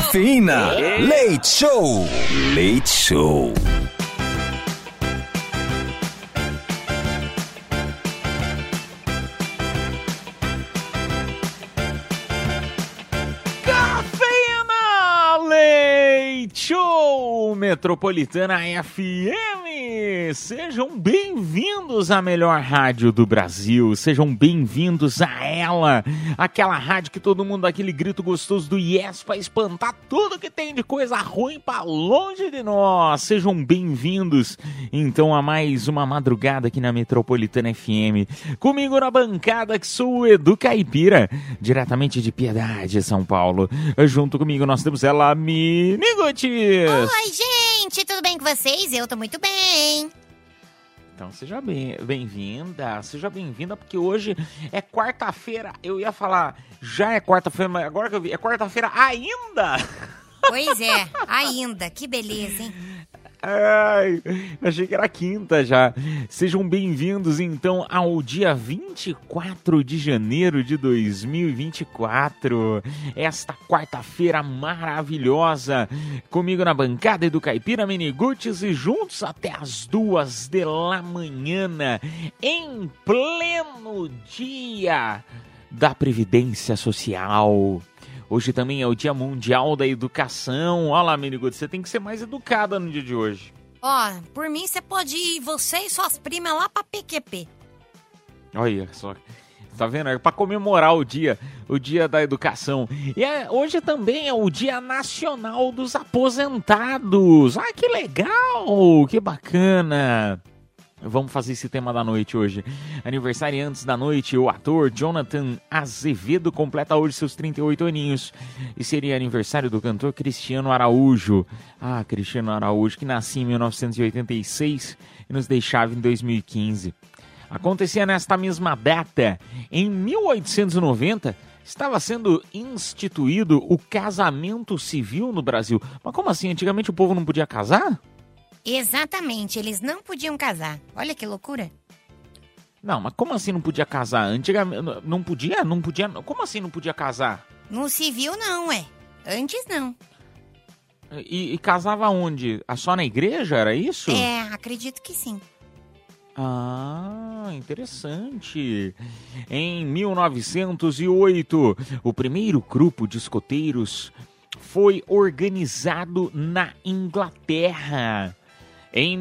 Cafeína. Leite Show. Leite Show. Cafeína. Leite Show. Metropolitana FM. Sejam bem-vindos à melhor rádio do Brasil. Sejam bem-vindos a ela. Aquela rádio que todo mundo dá aquele grito gostoso do yes pra espantar tudo que tem de coisa ruim pra longe de nós. Sejam bem-vindos, então, a mais uma madrugada aqui na Metropolitana FM. Comigo na bancada, que sou o Edu Caipira, diretamente de Piedade, São Paulo. Junto comigo nós temos ela, Mini Guts. Oi, gente, tudo bem com vocês? Eu tô muito bem. Então seja bem-vinda, porque hoje é quarta-feira. Eu ia falar, já é quarta-feira, mas agora que eu vi, é quarta-feira ainda. Pois é, ainda, que beleza, hein? Ai, achei que era quinta já. Sejam bem-vindos, então, ao dia 24 de janeiro de 2024. Esta quarta-feira maravilhosa. Comigo na bancada, Edu Caipira, Mini Guts, e juntos até as 2h da manhã, em pleno dia da Previdência Social. Hoje também é o Dia Mundial da Educação. Olha lá, Mini Guts, você tem que ser mais educada no dia de hoje. Ó, por mim você pode ir, você e suas primas, lá pra PQP. Olha só, tá vendo? É pra comemorar o dia da educação. E hoje também é o Dia Nacional dos Aposentados. Ah, que legal, que bacana. Vamos fazer esse tema da noite hoje. Aniversariantes da noite, o ator Jonathan Azevedo completa hoje seus 38 aninhos. E seria aniversário do cantor Cristiano Araújo. Ah, Cristiano Araújo, que nascia em 1986 e nos deixava em 2015. Acontecia nesta mesma data, em 1890, estava sendo instituído o casamento civil no Brasil. Mas como assim? Antigamente o povo não podia casar? Exatamente, eles não podiam casar. Olha que loucura. Não, mas como assim não podia casar? Antigamente, não podia? Não podia? Como assim não podia casar? No civil não, antes não. E casava onde? Só na igreja, era isso? É, acredito que sim. Ah, interessante. Em 1908, o primeiro grupo de escoteiros foi organizado na Inglaterra. Em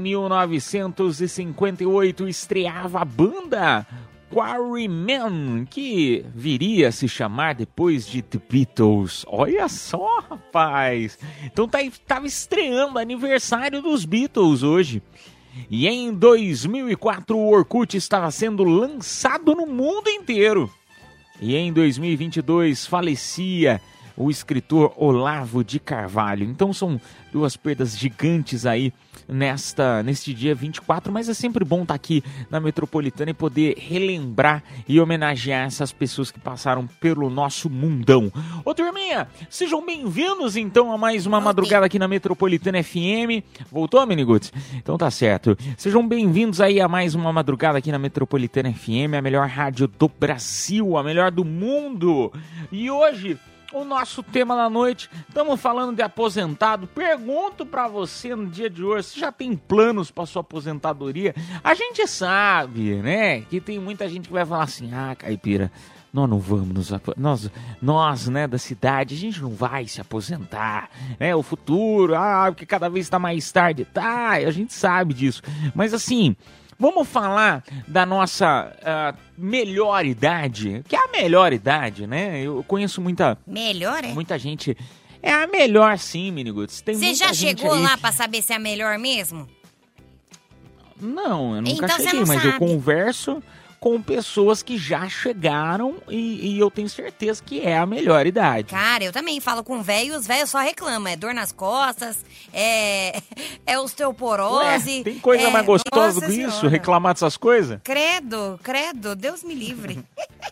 1958, estreava a banda Quarrymen, que viria a se chamar depois de The Beatles. Olha só, rapaz! Então estava estreando o aniversário dos Beatles hoje. E em 2004, o Orkut estava sendo lançado no mundo inteiro. E em 2022, falecia o escritor Olavo de Carvalho. Então são duas perdas gigantes aí neste dia 24, mas é sempre bom estar aqui na Metropolitana e poder relembrar e homenagear essas pessoas que passaram pelo nosso mundão. Ô turminha, sejam bem-vindos então a mais uma madrugada aqui na Metropolitana FM. Voltou, Mini Guts? Então tá certo. Sejam bem-vindos aí a mais uma madrugada aqui na Metropolitana FM, a melhor rádio do Brasil, a melhor do mundo. E hoje, o nosso tema da noite, estamos falando de aposentado. Pergunto pra você no dia de hoje, você já tem planos pra sua aposentadoria? A gente sabe, né, que tem muita gente que vai falar assim, Caipira, nós não vamos nós, né, da cidade, a gente não vai se aposentar, né, o futuro, porque cada vez tá mais tarde, tá, a gente sabe disso, mas assim, vamos falar da nossa melhor idade, que é a melhor idade, né? Eu conheço muita gente. É a melhor sim, Mini Guts. Você já chegou lá pra saber se é a melhor mesmo? Não, eu nunca então cheguei, mas eu converso com pessoas que já chegaram e eu tenho certeza que é a melhor idade. Cara, eu também falo com velho e os velhos só reclamam. É dor nas costas, é osteoporose. Ué, tem coisa mais gostosa do que isso? Reclamar dessas coisas? Credo, Deus me livre.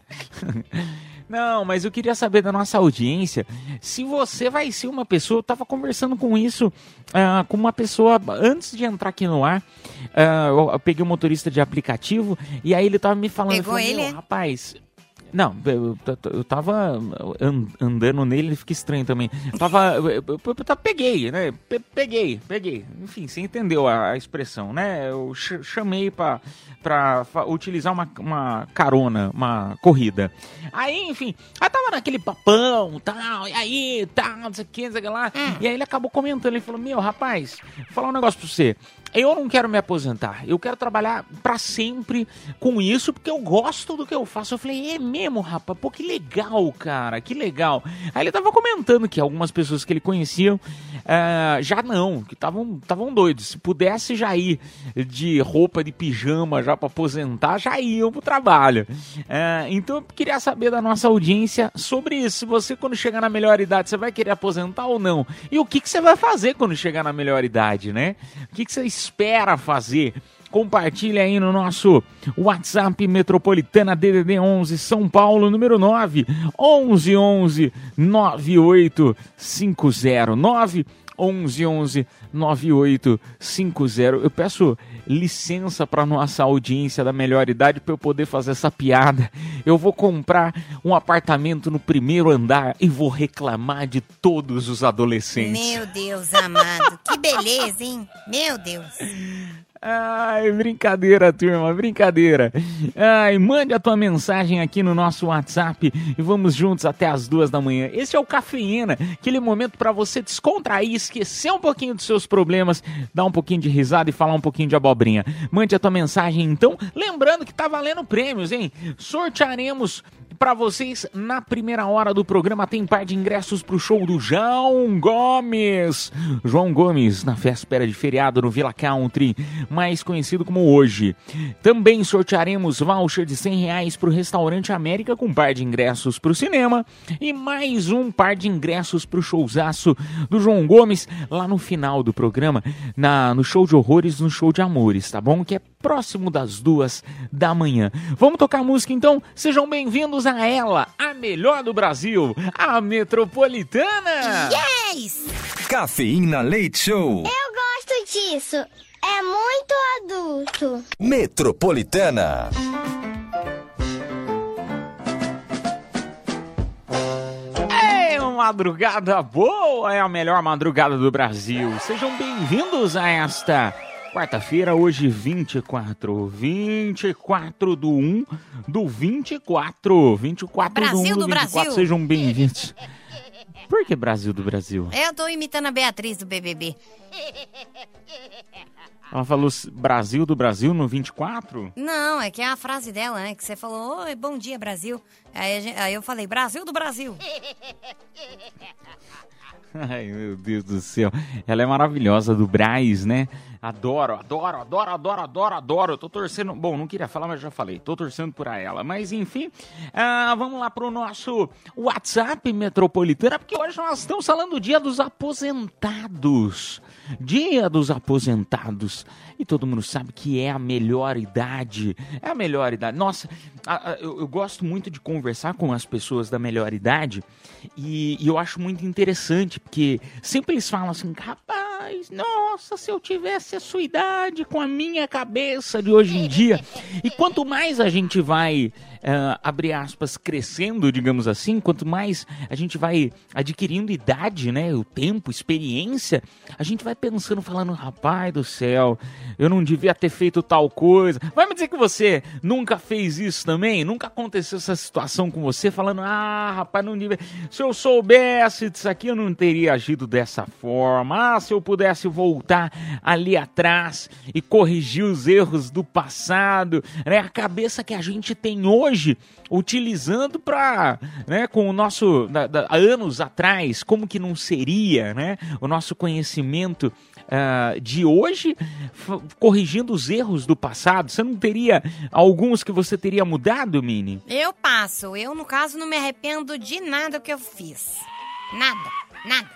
Não, mas eu queria saber da nossa audiência se você vai ser uma pessoa. Eu tava conversando com isso com uma pessoa antes de entrar aqui no ar. Eu peguei um motorista de aplicativo e aí ele tava me falando. Pegou ele? Rapaz, Não, eu tava andando nele, ele fica estranho também. Peguei, né? Peguei. Enfim, você entendeu a expressão, né? Eu chamei pra utilizar uma carona, uma corrida. Aí, enfim, eu tava naquele papão, tal, e aí, tal, não sei o que lá. E aí ele acabou comentando, ele falou, rapaz, vou falar um negócio pra você. Eu não quero me aposentar, eu quero trabalhar pra sempre com isso, porque eu gosto do que eu faço. Eu falei, é mesmo, rapaz? Pô, que legal, cara, que legal. Aí ele tava comentando que algumas pessoas que ele conhecia já não, que estavam doidos. Se pudesse já ir de roupa de pijama já pra aposentar, já iam pro trabalho. Então eu queria saber da nossa audiência sobre isso. Se você, quando chegar na melhor idade, você vai querer aposentar ou não? E o que você vai fazer quando chegar na melhor idade, né? O que você espera fazer? Compartilha aí no nosso WhatsApp Metropolitana DDD 11 São Paulo, número 9 11 11 9850 9 11 11 9850. Eu peço licença para nossa audiência da melhor idade para eu poder fazer essa piada. Eu vou comprar um apartamento no primeiro andar e vou reclamar de todos os adolescentes. Meu Deus amado, que beleza, hein? Meu Deus. Ai, brincadeira, turma, brincadeira. Ai, mande a tua mensagem aqui no nosso WhatsApp e vamos juntos até as 2 da manhã. Esse é o Cafeína, aquele momento para você descontrair, esquecer um pouquinho dos seus problemas, dar um pouquinho de risada e falar um pouquinho de abobrinha. Mande a tua mensagem então, lembrando que tá valendo prêmios, hein? Sortearemos para vocês na primeira hora do programa, tem par de ingressos pro show do João Gomes. João Gomes, na véspera de feriado no Villa Country, mais conhecido como Hoje. Também sortearemos voucher de R$100 pro Restaurante América com par de ingressos pro cinema e mais um par de ingressos pro showzaço do João Gomes lá no final do programa, no show de horrores, no show de amores, tá bom? Que é próximo das 2 da manhã. Vamos tocar música então? Sejam bem-vindos a ela, a melhor do Brasil, a Metropolitana! Yes! Cafeína Leite Show. Eu gosto disso. É muito adulto. Metropolitana. Madrugada boa, é a melhor madrugada do Brasil. Sejam bem-vindos a esta quarta-feira, hoje 24 do 1 do 24. 24 Brasil do 1 do 24. Brasil. Sejam bem-vindos. Por que Brasil do Brasil? Eu tô imitando a Beatriz do BBB. Ela falou Brasil do Brasil no 24? Não, é que é a frase dela, né? Que você falou, oi, bom dia, Brasil. Aí eu falei, Brasil do Brasil. Ai, meu Deus do céu. Ela é maravilhosa, do Braz, né? Adoro. Eu tô torcendo... Bom, não queria falar, mas já falei. Tô torcendo por ela. Mas, enfim, vamos lá pro nosso WhatsApp Metropolitana, porque hoje nós estamos falando do Dia dos Aposentados. Dia dos Aposentados. E todo mundo sabe que é a melhor idade. É a melhor idade. Nossa, eu gosto muito de conversar com as pessoas da melhor idade e eu acho muito interessante, porque sempre eles falam assim, rapaz, nossa, se eu tivesse a sua idade com a minha cabeça de hoje em dia. E quanto mais a gente vai, abre aspas, crescendo, digamos assim, quanto mais a gente vai adquirindo idade, né, o tempo, experiência, a gente vai pensando, falando, rapaz do céu, eu não devia ter feito tal coisa. Vai me dizer que você nunca fez isso também? Nunca aconteceu essa situação com você, falando, rapaz, não devia... Se eu soubesse disso aqui, eu não teria agido dessa forma. Se eu pudesse voltar ali atrás e corrigir os erros do passado, né? A cabeça que a gente tem hoje, utilizando para, né, com o nosso, anos atrás, como que não seria, né? O nosso conhecimento de hoje, corrigindo os erros do passado. Você não teria alguns que você teria mudado, Mini? Eu passo. Eu, no caso, não me arrependo de nada que eu fiz. Nada.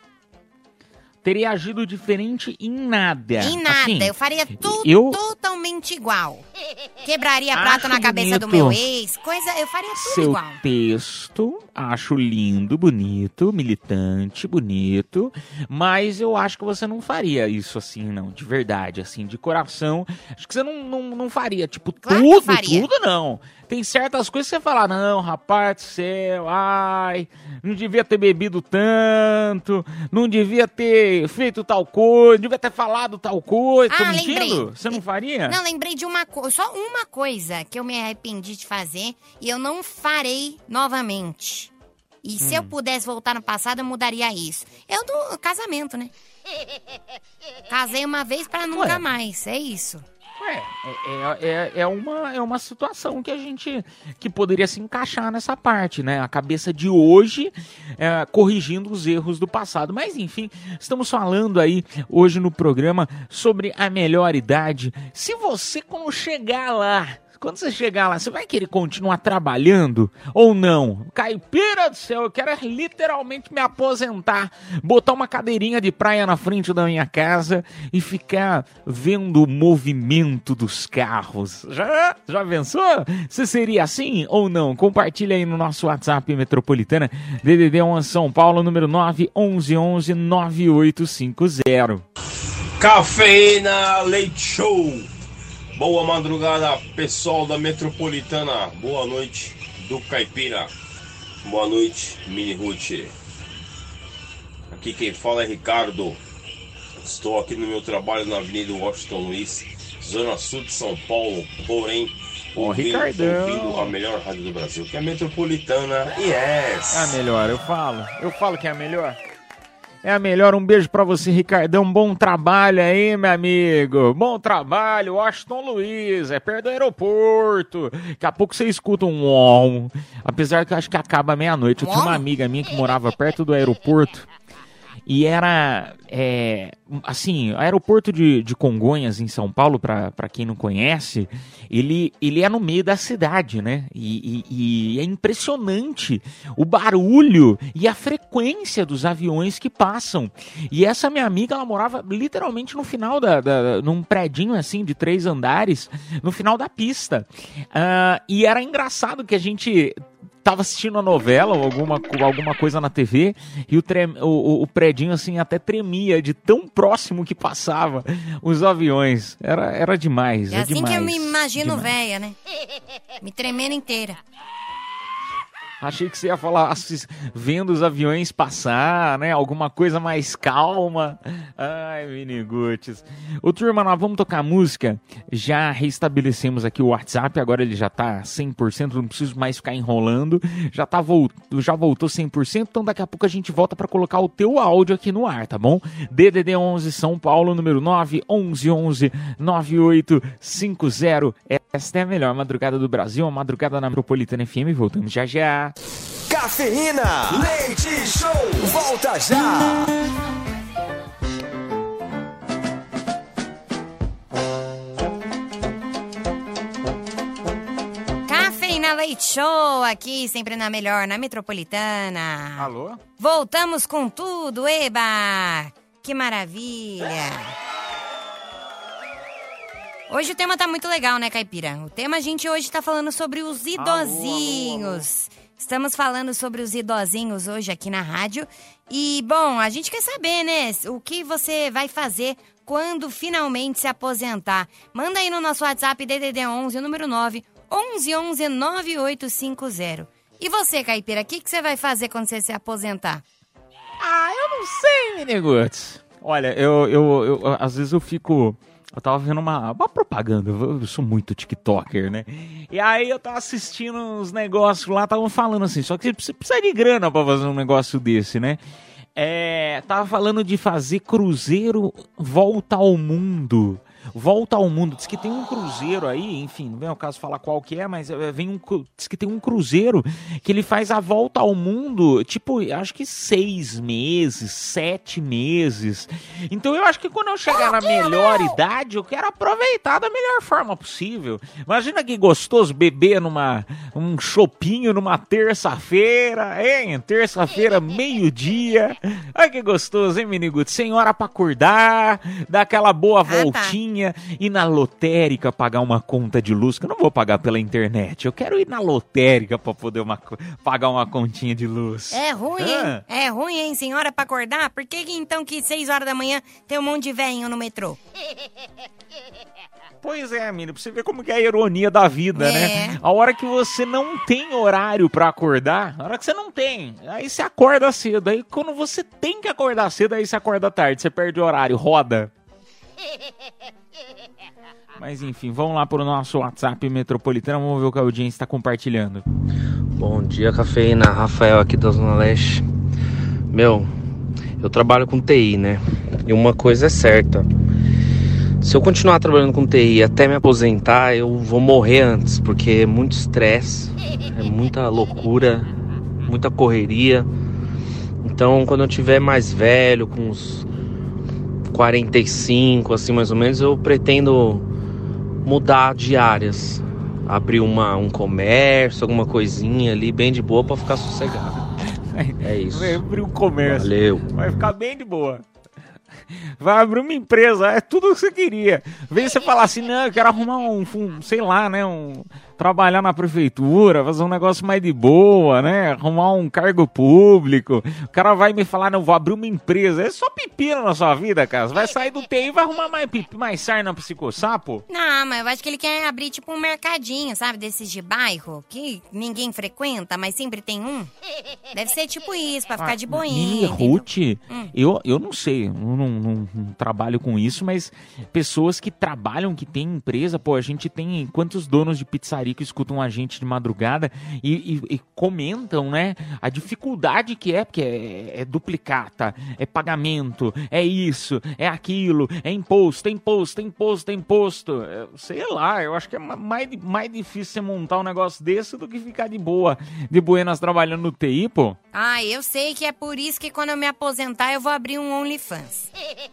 Teria agido diferente em nada. Em nada. Assim, eu faria tudo exatamente igual. Quebraria prato na cabeça do meu ex, eu faria tudo seu igual. Texto, acho lindo, bonito, militante, bonito, mas eu acho que você não faria isso assim, não, de verdade, assim, de coração. Acho que você não faria, tipo, claro que eu faria. tudo não. Tem certas coisas que você fala, não, rapaz do céu, ai, não devia ter bebido tanto, não devia ter feito tal coisa, não devia ter falado tal coisa. Tô mentindo? Lembrei. Você não faria? Não, lembrei de só uma coisa que eu me arrependi de fazer e eu não farei novamente. E se eu pudesse voltar no passado, eu mudaria isso. Casamento, né? Casei uma vez pra nunca mais, é isso. É uma situação que poderia se encaixar nessa parte, né? A cabeça de hoje corrigindo os erros do passado. Mas enfim, estamos falando aí hoje no programa sobre a melhor idade. Se você, quando você chegar lá, você vai querer continuar trabalhando ou não? Caipira do céu, eu quero literalmente me aposentar, botar uma cadeirinha de praia na frente da minha casa e ficar vendo o movimento dos carros. Já pensou? Você seria assim ou não? Compartilha aí no nosso WhatsApp Metropolitana, DDD 11 São Paulo, número 911-9850. Cafeína Leite Show. Boa madrugada, pessoal da Metropolitana. Boa noite do Caipira. Boa noite, Mini Ruth. Aqui quem fala é Ricardo. Estou aqui no meu trabalho na Avenida Washington Luiz, Zona Sul de São Paulo. Porém, ouvindo a melhor rádio do Brasil, que é a Metropolitana. Yes! É a melhor, eu falo que é a melhor. É a melhor, um beijo pra você, Ricardão, bom trabalho aí, meu amigo, bom trabalho, Washington Luiz, é perto do aeroporto, daqui a pouco você escuta um om, apesar que eu acho que acaba meia-noite. Eu tinha uma amiga minha que morava perto do aeroporto e era, assim, o aeroporto de Congonhas, em São Paulo, pra quem não conhece, ele é no meio da cidade, né? E é impressionante o barulho e a frequência dos aviões que passam. E essa minha amiga, ela morava literalmente no final num predinho, assim, de 3 andares, no final da pista. E era engraçado que a gente tava assistindo a novela ou alguma coisa na TV e o predinho assim até tremia de tão próximo que passava os aviões. Era demais. É assim demais, que eu me imagino demais. Véia, né? Me tremendo inteira. Achei que você ia falar vendo os aviões passar, né? Alguma coisa mais calma. Ai, miniguts. Ô, turma, nós vamos tocar música. Já restabelecemos aqui o WhatsApp. Agora ele já tá 100%. Não preciso mais ficar enrolando. Já voltou 100%. Então daqui a pouco a gente volta pra colocar o teu áudio aqui no ar, tá bom? DDD 11 São Paulo, número 911-9850. Esta é a melhor madrugada do Brasil. A madrugada na Metropolitana FM. Voltamos já já. Cafeína, Leite Show, volta já! Cafeína Leite Show, aqui sempre na melhor, na Metropolitana. Alô? Voltamos com tudo, eba! Que maravilha! Hoje o tema tá muito legal, né, Caipira? O tema a gente hoje tá falando sobre os idosinhos. Alô. Estamos falando sobre os idosinhos hoje aqui na rádio. E, bom, a gente quer saber, né, o que você vai fazer quando finalmente se aposentar. Manda aí no nosso WhatsApp DDD 11, o número 911-9850. E você, Caipira, o que você vai fazer quando você se aposentar? Eu não sei, miniguts. Olha, eu às vezes eu fico... Eu tava vendo uma propaganda, eu sou muito tiktoker, né? E aí eu tava assistindo uns negócios lá, estavam falando assim, só que você precisa de grana pra fazer um negócio desse, né? Tava falando de fazer cruzeiro volta ao mundo. Volta ao mundo, diz que tem um cruzeiro aí, enfim, não vem ao caso falar qual que é, mas diz que tem um cruzeiro que ele faz a volta ao mundo, tipo, acho que 6 meses, 7 meses. Então eu acho que quando eu chegar na melhor idade, eu quero aproveitar da melhor forma possível. Imagina que gostoso beber um chopinho numa terça-feira, hein? Terça-feira, meio-dia. Ai, que gostoso, hein, Miniguto? Sem hora pra acordar, dar aquela boa voltinha continha, ir na lotérica pagar uma conta de luz, que eu não vou pagar pela internet. Eu quero ir na lotérica pra poder pagar uma continha de luz. É ruim, hein? É ruim, hein, senhora, pra acordar? Por que então que 6 horas da manhã tem um monte de velhinho no metrô? Pois é, menino, pra você ver como que é a ironia da vida, né? A hora que você não tem horário pra acordar, a hora que você não tem, aí você acorda cedo. Aí quando você tem que acordar cedo, aí você acorda tarde, você perde o horário, roda. Mas enfim, vamos lá pro nosso WhatsApp Metropolitana, vamos ver o que a audiência está compartilhando. Bom dia, cafeína. Rafael aqui da Zona Leste. Eu trabalho com TI, né? E uma coisa é certa. Se eu continuar trabalhando com TI até me aposentar, eu vou morrer antes, porque é muito estresse, é muita loucura, muita correria. Então, quando eu tiver mais velho, com uns 45, assim mais ou menos, eu pretendo mudar de áreas. Abrir um comércio, alguma coisinha ali, bem de boa, pra ficar sossegado. É isso. Vai abrir um comércio. Valeu. Vai ficar bem de boa. Vai abrir uma empresa, é tudo o que você queria. Vem você falar assim, não, eu quero arrumar trabalhar na prefeitura, fazer um negócio mais de boa, né? Arrumar um cargo público. O cara vai me falar, não, vou abrir uma empresa. É só pepino na sua vida, cara. Você vai sair do TI e vai arrumar mais sarna pra se coçar, pô? Não, mas eu acho que ele quer abrir tipo um mercadinho, sabe? Desses de bairro, que ninguém frequenta, mas sempre tem um. Deve ser tipo isso, pra ficar de boinha. Ruth, eu não sei, eu não trabalho com isso, mas pessoas que trabalham, que têm empresa, pô, a gente tem quantos donos de pizzaria que escutam a gente de madrugada e comentam, né, a dificuldade que é, porque é duplicata, é pagamento, é isso, é aquilo, é imposto. Sei lá, eu acho que é mais difícil você montar um negócio desse do que ficar de buenas trabalhando no TI, pô. Ah, eu sei que é por isso que quando eu me aposentar eu vou abrir um OnlyFans.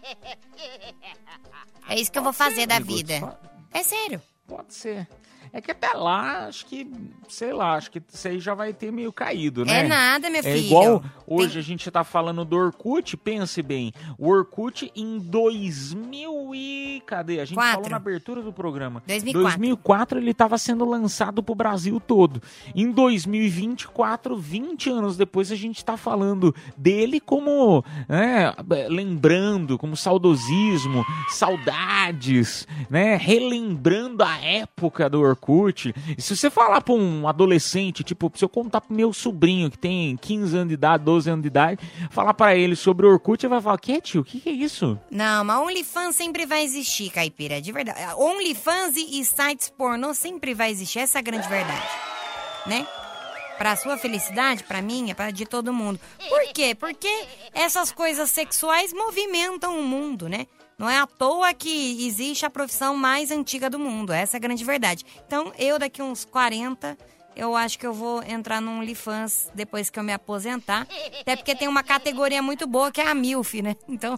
É isso que eu vou fazer da vida. É sério. Pode ser. É que até lá, acho que isso aí já vai ter meio caído, né? É nada, meu filho. É igual hoje a gente tá falando do Orkut, pense bem. O Orkut em 2000 e... Cadê? A gente falou na abertura do programa. 2004 ele tava sendo lançado pro Brasil todo. Em 2024, 20 anos depois, a gente tá falando dele como, né, lembrando, como saudosismo, saudades, né? Relembrando a época do Orkut. E se você falar pra um adolescente, tipo, se eu contar pro meu sobrinho que tem 15 anos de idade, 12 anos de idade, falar pra ele sobre o Orkut, ele vai falar, que tio, o que é isso? Não, mas OnlyFans sempre vai existir, Caipira, de verdade. OnlyFans e sites pornô sempre vai existir, essa é a grande verdade, né? Pra sua felicidade, pra minha, pra de todo mundo. Por quê? Porque essas coisas sexuais movimentam o mundo, né? Não é à toa que existe a profissão mais antiga do mundo. Essa é a grande verdade. Então, eu daqui uns 40, eu acho que eu vou entrar no OnlyFans depois que eu me aposentar. Até porque tem uma categoria muito boa que é a MILF, né? Então...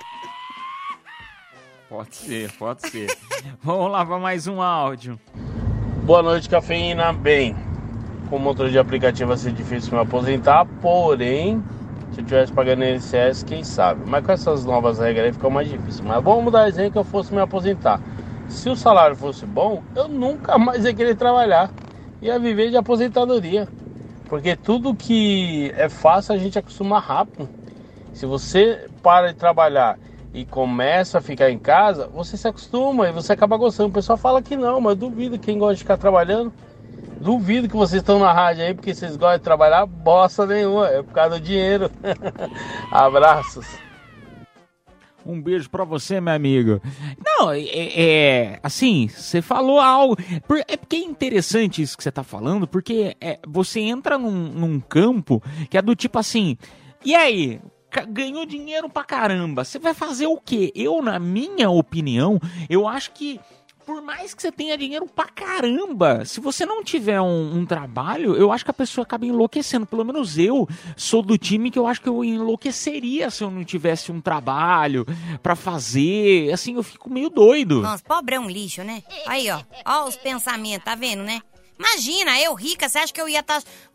Pode ser. Vamos lá para mais um áudio. Boa noite, cafeína. Bem, com motor de aplicativo vai ser difícil me aposentar, porém... Se eu estivesse pagando INSS, quem sabe? Mas com essas novas regras aí ficou mais difícil. Mas vamos dar exemplo que eu fosse me aposentar. Se o salário fosse bom, eu nunca mais ia querer trabalhar. Ia viver de aposentadoria. Porque tudo que é fácil a gente acostuma rápido. Se você para de trabalhar e começa a ficar em casa, você se acostuma e você acaba gostando. O pessoal fala que não, mas eu duvido quem gosta de ficar trabalhando. Duvido que vocês estão na rádio aí porque vocês gostam de trabalhar bosta nenhuma, é por causa do dinheiro. Abraços. Um beijo pra você, meu amigo. Não, assim, você falou algo... É porque é interessante isso que você tá falando, porque você entra num campo que é do tipo assim... E aí... Ganhou dinheiro pra caramba, você vai fazer o quê? Eu, na minha opinião, eu acho que... Por mais que você tenha dinheiro pra caramba, se você não tiver um trabalho, eu acho que a pessoa acaba enlouquecendo. Pelo menos eu sou do time que eu acho que eu enlouqueceria se eu não tivesse um trabalho pra fazer. Assim, eu fico meio doido. Nossa, pobre é um lixo, né? Aí, ó os pensamentos, tá vendo, né? Imagina, eu rica, você acha que eu ia estar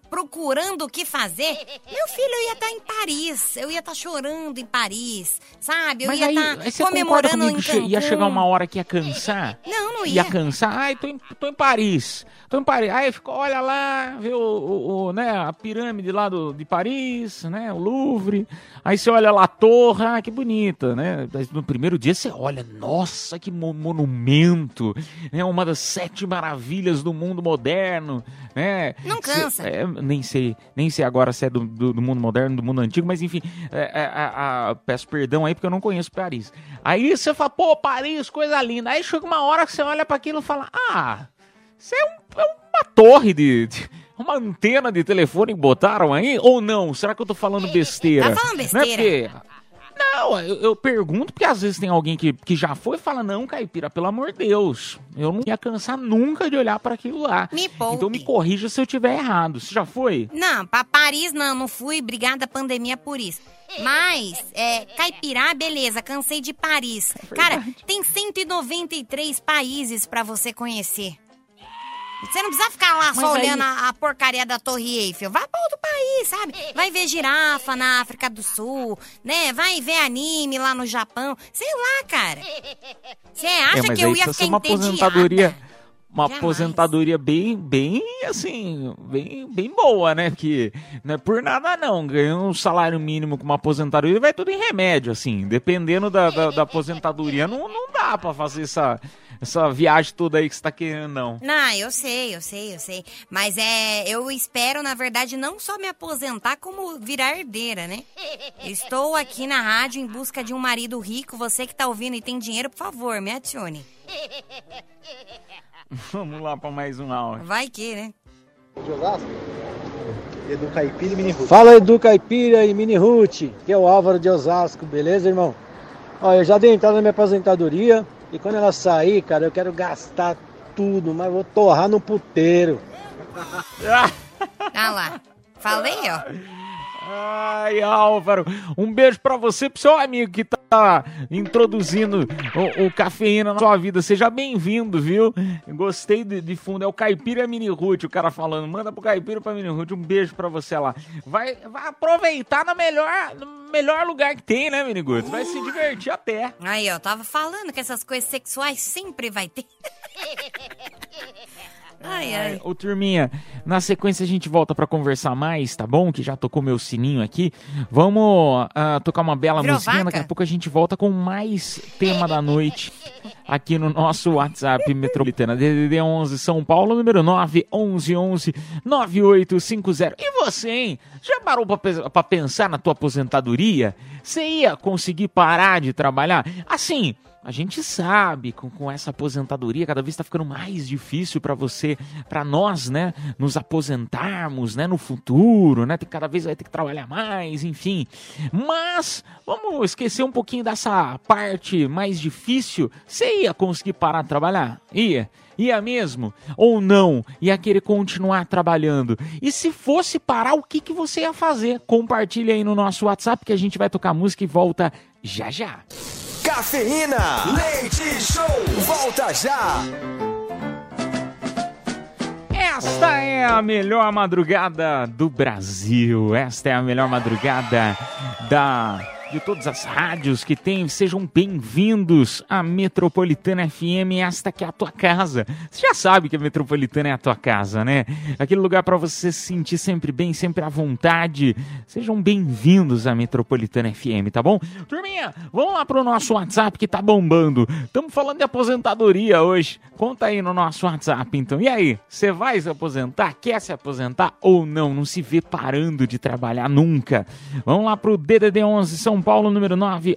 procurando o que fazer, meu filho, eu ia estar em Paris, eu ia estar chorando em Paris, sabe? Eu ia estar comemorando em Cancún. Ia chegar uma hora que ia cansar? Não ia. Ia cansar? Ai, tô em Paris. Aí olha lá, vê né, a pirâmide lá de Paris, né, o Louvre. Aí você olha lá a torre, que bonita, né? No primeiro dia você olha, nossa, que monumento, né? Uma das 7 maravilhas do mundo moderno, né? Não cansa. Nem sei agora se é do mundo moderno, do mundo antigo, mas enfim, peço perdão aí porque eu não conheço Paris. Aí você fala, pô, Paris, coisa linda. Aí chega uma hora que você olha para aquilo e fala, isso é uma torre uma antena de telefone que botaram aí? Ou não? Será que eu tô falando besteira? Tá falando besteira? Não, eu pergunto porque às vezes tem alguém que já foi e fala, não, Caipira, pelo amor de Deus, eu não ia cansar nunca de olhar para aquilo lá. Me poupe. Então me corrija se eu tiver errado. Você já foi? Não, pra Paris não fui, obrigada pandemia por isso. Mas, Caipira, beleza, cansei de Paris. Cara, tem 193 países pra você conhecer. Você não precisa ficar lá só olhando a porcaria da Torre Eiffel. Vai pra outro país, sabe? Vai ver girafa na África do Sul, né? Vai ver anime lá no Japão. Sei lá, cara. Você acha que eu ia ficar entediada? Uma aposentadoria bem assim, bem boa, né? Que não é por nada não, ganhando um salário mínimo com uma aposentadoria, vai tudo em remédio, assim, dependendo da aposentadoria, não dá pra fazer essa viagem toda aí que você tá querendo, não. Não, eu sei. Mas eu espero, na verdade, não só me aposentar, como virar herdeira, né? Estou aqui na rádio em busca de um marido rico. Você que tá ouvindo e tem dinheiro, por favor, me adicione. Vamos lá pra mais um áudio. Vai que, né? De Osasco? Edu Caipira e Mini Ruth. Fala, Edu Caipira e Mini Ruth, que é o Álvaro de Osasco, beleza, irmão? Ó, eu já dei entrada na minha aposentadoria e quando ela sair, cara, eu quero gastar tudo, mas vou torrar no puteiro. Ah lá, falei, ó. Ai, Álvaro, um beijo pra você, pro seu amigo que tá introduzindo o Cafeína na sua vida. Seja bem-vindo, viu? Gostei de fundo. É o Caipira Mini Ruth, o cara falando. Manda pro Caipira pra Mini Ruth. Um beijo pra você lá. Vai aproveitar no melhor lugar que tem, né, Mini Ruth? Vai se divertir até. Aí, ó, tava falando que essas coisas sexuais sempre vai ter. Ai. Ô, turminha, na sequência a gente volta pra conversar mais, tá bom? Que já tocou meu sininho aqui. Vamos tocar uma bela musiquinha. Daqui a pouco a gente volta com mais tema da noite aqui no nosso WhatsApp Metropolitana. DDD 11 São Paulo, número 911-9850. E você, hein? Já parou pra pensar na tua aposentadoria? Você ia conseguir parar de trabalhar? Assim... A gente sabe, com essa aposentadoria, cada vez está ficando mais difícil para nós, né, nos aposentarmos, né, no futuro, né, cada vez vai ter que trabalhar mais, enfim. Mas, vamos esquecer um pouquinho dessa parte mais difícil. Você ia conseguir parar de trabalhar? Ia mesmo? Ou não? Ia querer continuar trabalhando? E se fosse parar, o que você ia fazer? Compartilha aí no nosso WhatsApp que a gente vai tocar música e volta já. Cafeína, Leite Show, volta já! Esta é a melhor madrugada do Brasil, esta é a melhor madrugada de todas as rádios que tem. Sejam bem-vindos à Metropolitana FM, esta que é a tua casa. Você já sabe que a Metropolitana é a tua casa, né? Aquele lugar para você se sentir sempre bem, sempre à vontade. Sejam bem-vindos à Metropolitana FM, tá bom? Turminha, vamos lá pro nosso WhatsApp que tá bombando. Estamos falando de aposentadoria hoje. Conta aí no nosso WhatsApp, então. E aí, você vai se aposentar? Quer se aposentar ou não? Não se vê parando de trabalhar nunca. Vamos lá pro DDD 11 São Paulo, número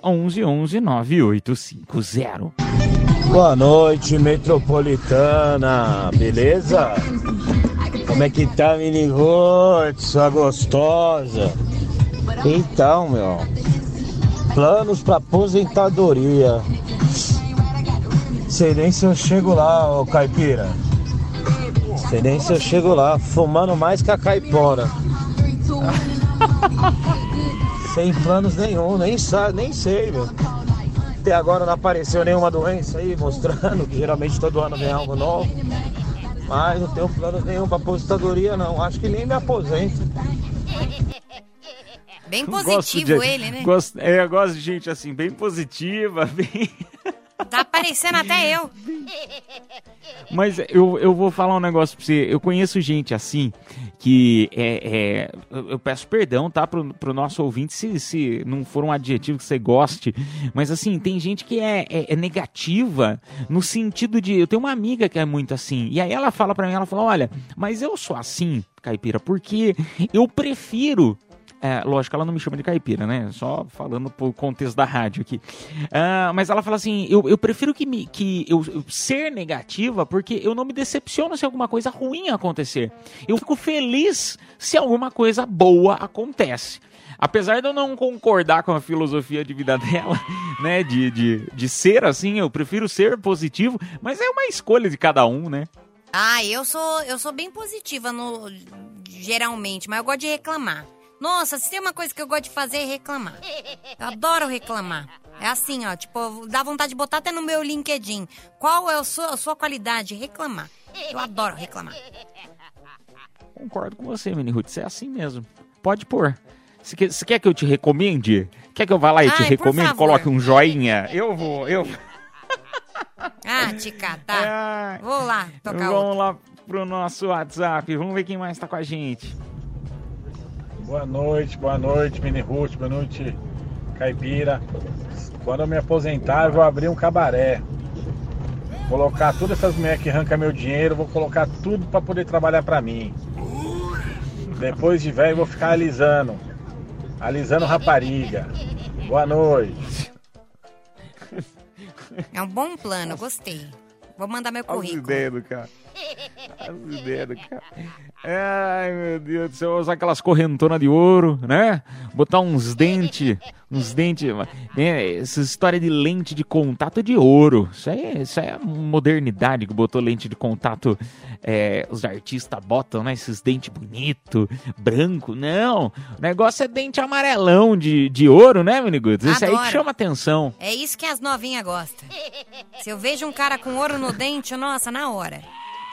911-9850. Boa noite, Metropolitana, beleza? Como é que tá, Mini Ruth, sua gostosa? Então, meu, planos pra aposentadoria. Sei nem se eu chego lá, ô Caipira. Sei nem se eu chego lá, fumando mais que a caipora. Sem planos nenhum, nem sei, meu. Até agora não apareceu nenhuma doença aí mostrando que geralmente todo ano vem algo novo. Mas não tenho plano nenhum pra aposentadoria, não. Acho que nem me aposento. Bem positivo ele, né? Eu gosto de gente assim, bem positiva, bem... Tá aparecendo até eu. Mas eu vou falar um negócio pra você. Eu conheço gente assim que eu peço perdão, tá? Pro nosso ouvinte se não for um adjetivo que você goste. Mas assim, tem gente que é negativa no sentido de... Eu tenho uma amiga que é muito assim. E aí ela fala pra mim, ela fala, olha, mas eu sou assim, Caipira, porque eu prefiro... lógico, ela não me chama de caipira, né? Só falando pro contexto da rádio aqui. Mas ela fala assim, eu prefiro que eu ser negativa porque eu não me decepciono se alguma coisa ruim acontecer. Eu fico feliz se alguma coisa boa acontece. Apesar de eu não concordar com a filosofia de vida dela, né? De ser assim, eu prefiro ser positivo, mas é uma escolha de cada um, né? Eu sou bem positiva geralmente, mas eu gosto de reclamar. Nossa, se tem uma coisa que eu gosto de fazer é reclamar. Eu adoro reclamar. É assim, ó, tipo, dá vontade de botar até no meu LinkedIn. Qual é a sua qualidade? Reclamar. Eu adoro reclamar. Concordo com você, Mini Ruth, você é assim mesmo. Pode pôr. Você quer que eu te recomende? Quer que eu vá lá e te recomende? Coloque um joinha. Eu vou. Te catar. Vou lá tocar Vamos lá pro nosso WhatsApp. Vamos ver quem mais tá com a gente. Boa noite, Mini Ruth, boa noite, Caipira. Quando eu me aposentar, eu vou abrir um cabaré. Colocar todas essas mulheres que arrancam meu dinheiro, vou colocar tudo pra poder trabalhar pra mim. Depois de velho, eu vou ficar alisando rapariga. Boa noite. É um bom plano, gostei. Vou mandar meu currículo. As ideias do cara. Ai, meu Deus do céu, usar aquelas correntonas de ouro, né? Botar uns dentes, essa história de lente de contato de ouro. Isso é modernidade que botou lente de contato, os artistas botam, né? Esses dentes bonitos, branco. Não, o negócio é dente amarelão de ouro, né, Miniguts? Isso aí que chama atenção. É isso que as novinhas gostam. Se eu vejo um cara com ouro no dente, nossa, na hora.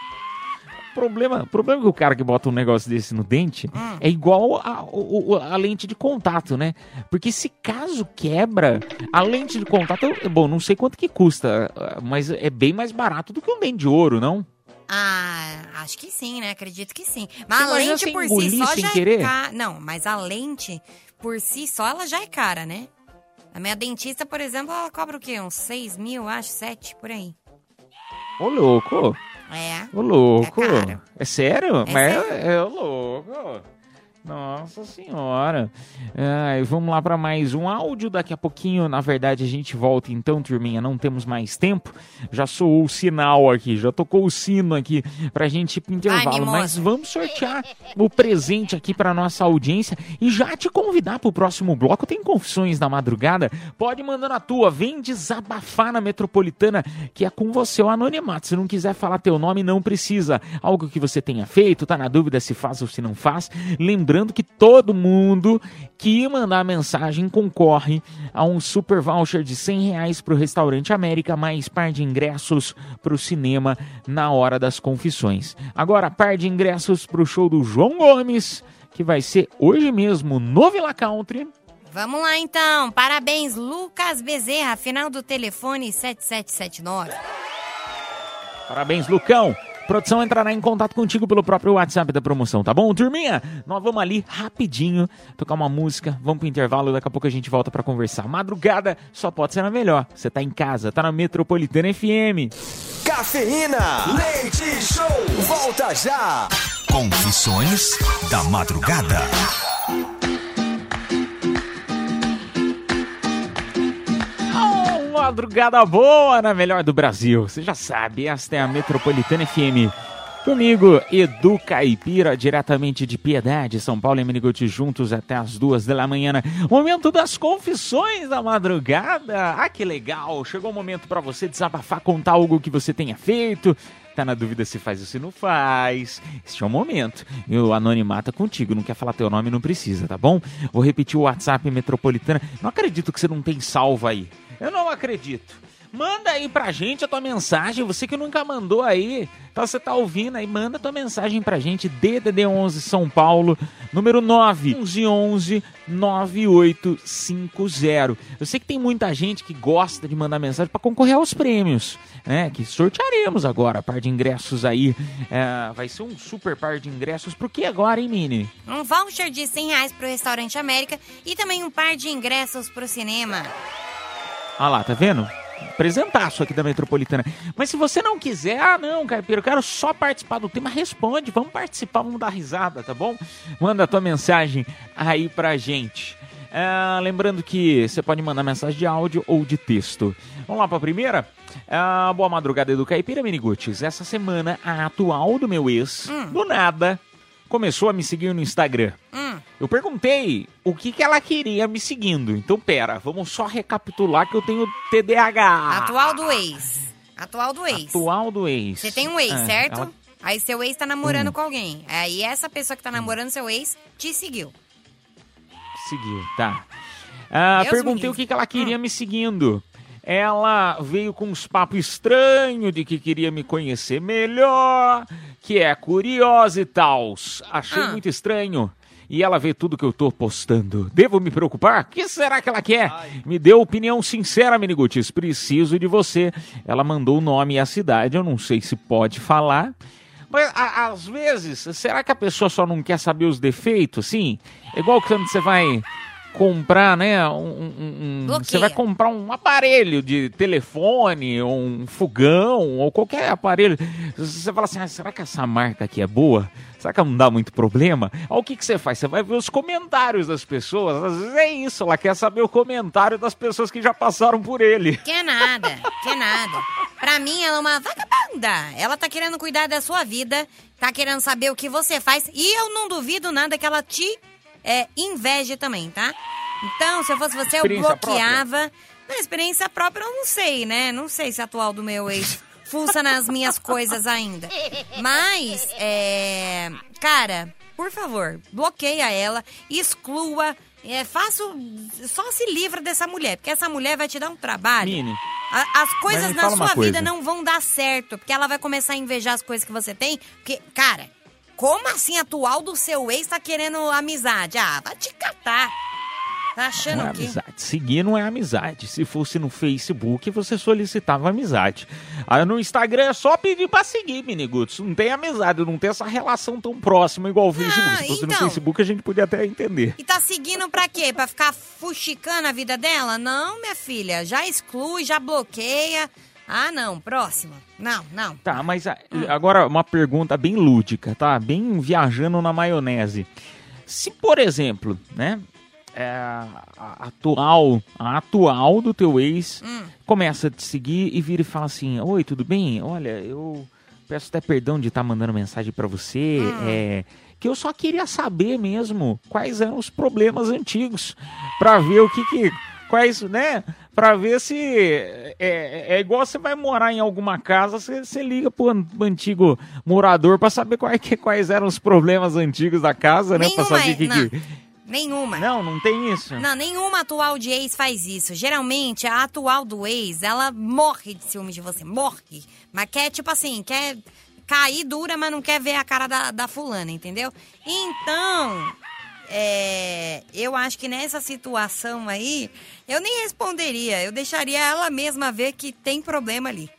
O problema é que o cara que bota um negócio desse no dente é igual a lente de contato, né? Porque se caso quebra, a lente de contato, bom, não sei quanto que custa, mas é bem mais barato do que um dente de ouro, não? Acho que sim, né? Acredito que sim. Mas a lente por si só já é cara. Não, mas a lente por si só ela já é cara, né? A minha dentista, por exemplo, ela cobra o quê? Uns 6 mil, acho, 7, por aí. Ô, louco! Ô, louco! É caro. É sério? Mas sério. É louco! Nossa senhora! Vamos lá para mais um áudio. Daqui a pouquinho, na verdade, a gente volta então, turminha. Não temos mais tempo. Já soou o sinal aqui, já tocou o sino aqui pra gente ir pro intervalo. Mas vamos sortear o presente aqui pra nossa audiência e já te convidar pro próximo bloco. Tem Confissões da Madrugada? Pode mandar a tua. Vem desabafar na Metropolitana, que é com você o anonimato. Se não quiser falar teu nome, não precisa. Algo que você tenha feito, tá na dúvida se faz ou se não faz. Lembrando que todo mundo que mandar mensagem concorre a um super voucher de R$100 para o Restaurante América, mais par de ingressos para o cinema na Hora das Confissões. Agora, par de ingressos para o show do João Gomes, que vai ser hoje mesmo no Villa Country. Vamos lá então, parabéns Lucas Bezerra, final do telefone 7779. Parabéns, Lucão. Produção entrará em contato contigo pelo próprio WhatsApp da promoção, tá bom? Turminha, nós vamos ali rapidinho tocar uma música, vamos pro intervalo, daqui a pouco a gente volta pra conversar. Madrugada só pode ser na melhor. Você tá em casa, tá na Metropolitana FM. Cafeína, leite show, volta já. Confissões da Madrugada. Madrugada boa na melhor do Brasil. Você já sabe, esta é a Metropolitana FM. Comigo, Edu Caipira, diretamente de Piedade, São Paulo, e Miniguti, juntos até as 2 da manhã. Momento das confissões da madrugada. Que legal. Chegou o momento para você desabafar, contar algo que você tenha feito. Tá na dúvida se faz ou se não faz. Este é o momento. E o anonimato é contigo. Não quer falar teu nome, não precisa, tá bom? Vou repetir o WhatsApp Metropolitana. Não acredito que você não tem salvo aí. Eu não acredito. Manda aí pra gente a tua mensagem. Você que nunca mandou aí. Então você tá ouvindo aí, manda tua mensagem pra gente, DDD11 São Paulo, número 911-9850. Eu sei que tem muita gente que gosta de mandar mensagem pra concorrer aos prêmios, né? Que sortearemos agora, par de ingressos aí. Vai ser um super par de ingressos. Pro que agora, hein, Mini? Um voucher de R$100 pro Restaurante América e também um par de ingressos pro cinema. Ah lá, tá vendo? Presentaço aqui da Metropolitana. Mas se você não quiser, não, Caipira, eu quero só participar do tema, responde, vamos participar, vamos dar risada, tá bom? Manda a tua mensagem aí pra gente. Lembrando que você pode mandar mensagem de áudio ou de texto. Vamos lá pra primeira? Boa madrugada do Caipira, Miniguts. Essa semana, a atual do meu ex, do nada, começou a me seguir no Instagram. Eu perguntei o que ela queria me seguindo. Então, pera, vamos só recapitular que eu tenho TDAH. Atual do ex. Atual do ex. Você tem um ex, certo? Aí seu ex tá namorando com alguém. Aí essa pessoa que tá namorando seu ex te seguiu. Seguiu, tá. Perguntei o que ela queria me seguindo. Ela veio com uns papos estranhos de que queria me conhecer melhor, que é curiosa e tal. Achei muito estranho. E ela vê tudo que eu tô postando. Devo me preocupar? O que será que ela quer? Me dê opinião sincera, Miniguts. Preciso de você. Ela mandou o nome e a cidade. Eu não sei se pode falar. Mas, às vezes, será que a pessoa só não quer saber os defeitos? Sim. É igual quando você vai comprar, né, você vai comprar um aparelho de telefone, ou um fogão, ou qualquer aparelho. Você fala assim, será que essa marca aqui é boa? Será que não dá muito problema? Aí o que você faz? Você vai ver os comentários das pessoas. Às vezes é isso, ela quer saber o comentário das pessoas que já passaram por ele. Que nada. Pra mim, ela é uma vagabunda. Ela tá querendo cuidar da sua vida, tá querendo saber o que você faz, e eu não duvido nada que ela te inveja também, tá? Então, se eu fosse você, eu bloqueava. Na experiência própria, eu não sei, né? Não sei se a atual do meu ex fuça nas minhas coisas ainda. Mas, cara, por favor, bloqueia ela, exclua, só se livra dessa mulher, porque essa mulher vai te dar um trabalho. Mini, as coisas na sua vida não vão dar certo, porque ela vai começar a invejar as coisas que você tem, porque, cara, como assim a atual do seu ex tá querendo amizade? Vai te catar. Tá achando não é que... amizade. Seguir não é amizade. Se fosse no Facebook, você solicitava amizade. Aí no Instagram é só pedir pra seguir, Miniguts. Não tem amizade, não tem essa relação tão próxima igual o Facebook. Se fosse no Facebook, a gente podia até entender. E tá seguindo pra quê? Pra ficar fuxicando a vida dela? Não, minha filha. Já exclui, já bloqueia. Não, próximo. Não. Tá, mas agora uma pergunta bem lúdica, tá? Bem viajando na maionese. Se, por exemplo, né, a atual do teu ex começa a te seguir e vira e fala assim, oi, tudo bem? Olha, eu peço até perdão de estar mandando mensagem pra você, que eu só queria saber mesmo quais eram os problemas antigos, pra ver quais, né? Pra ver se é igual você vai morar em alguma casa, você liga pro antigo morador pra saber quais eram os problemas antigos da casa, né? Pra saber Nenhuma. Não tem isso. Não, nenhuma atual de ex faz isso. Geralmente, a atual do ex, ela morre de ciúmes de você. Morre. Mas quer, tipo assim, quer cair dura, mas não quer ver a cara da fulana, entendeu? Então... eu acho que nessa situação aí, eu nem responderia, eu deixaria ela mesma ver que tem problema ali.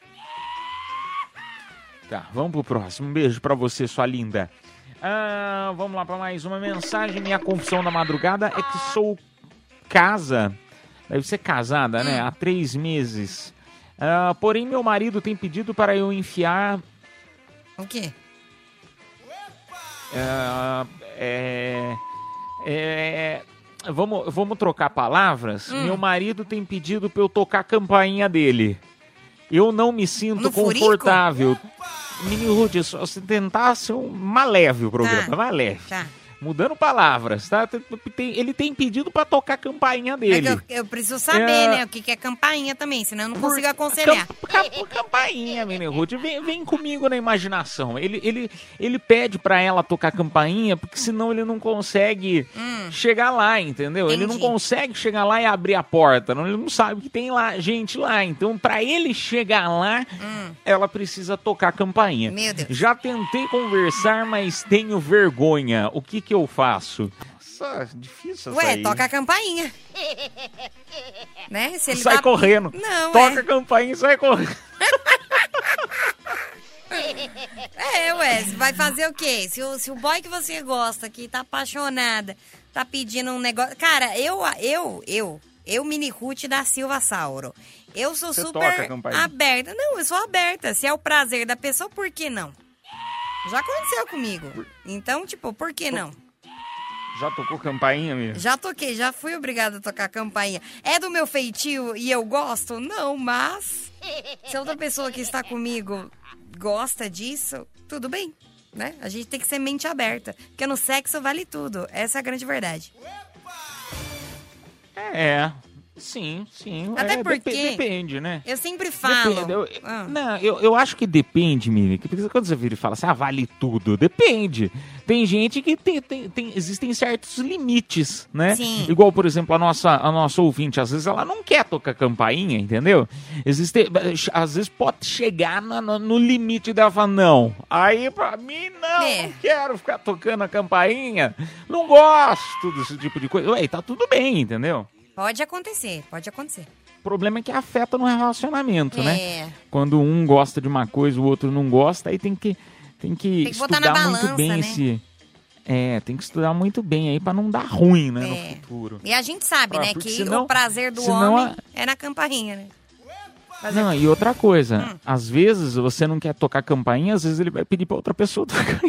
Tá, vamos pro próximo. Um beijo pra você, sua linda. Vamos lá pra mais uma mensagem. Minha confissão da madrugada é que sou deve ser casada, né? Há 3 meses. Porém, meu marido tem pedido para eu enfiar... O quê? Vamos trocar palavras? Meu marido tem pedido pra eu tocar a campainha dele. Eu não me sinto confortável. Mini Ruth, você tentar ser mais leve o programa, mais leve. Tá. Mudando palavras, tá? Ele tem pedido pra tocar a campainha dele. É que eu preciso saber, né? O que é campainha também, senão eu não consigo aconselhar. Campainha, Mini Ruth. Vem comigo na imaginação. Ele pede pra ela tocar campainha, porque senão ele não consegue chegar lá, entendeu? Entendi. Ele não consegue chegar lá e abrir a porta. Ele não sabe que tem lá, gente lá. Então, pra ele chegar lá, ela precisa tocar campainha. Meu Deus. Já tentei conversar, mas tenho vergonha. O que eu faço? Nossa, difícil essa aí. Toca a campainha. Né? Se ele sai correndo. Não, toca a campainha e sai correndo. Você vai fazer o quê? Se o boy que você gosta, que tá apaixonada, tá pedindo um negócio... Cara, eu Mini Ruth da Silva Sauro. Eu sou você super aberta. Não, eu sou aberta. Se é o prazer da pessoa, por que não? Já aconteceu comigo. Então, tipo, por que não? Já tocou campainha mesmo? Já toquei, já fui obrigada a tocar campainha. É do meu feitio e eu gosto? Não, mas... Se a outra pessoa que está comigo gosta disso, tudo bem, né? A gente tem que ser mente aberta. Porque no sexo vale tudo. Essa é a grande verdade. Sim. Até porque... Depende, né? Eu sempre falo... Não, eu acho que depende, Mimi. Porque quando você vira e fala assim, vale tudo. Depende. Tem gente que existem certos limites, né? Sim. Igual, por exemplo, a nossa ouvinte. Às vezes ela não quer tocar campainha, entendeu? Às vezes pode chegar no limite dela e falar, não. Aí, pra mim, não quero ficar tocando a campainha. Não gosto desse tipo de coisa. Ué, tá tudo bem, entendeu? Pode acontecer. O problema é que afeta no relacionamento, né? Quando um gosta de uma coisa, o outro não gosta, aí tem que botar na balança, muito bem, né? Tem que estudar muito bem aí pra não dar ruim, né, no futuro. E a gente sabe, né, que senão, o prazer do homem é na campainha, né? Não, e outra coisa, às vezes você não quer tocar campainha, às vezes ele vai pedir pra outra pessoa tocar.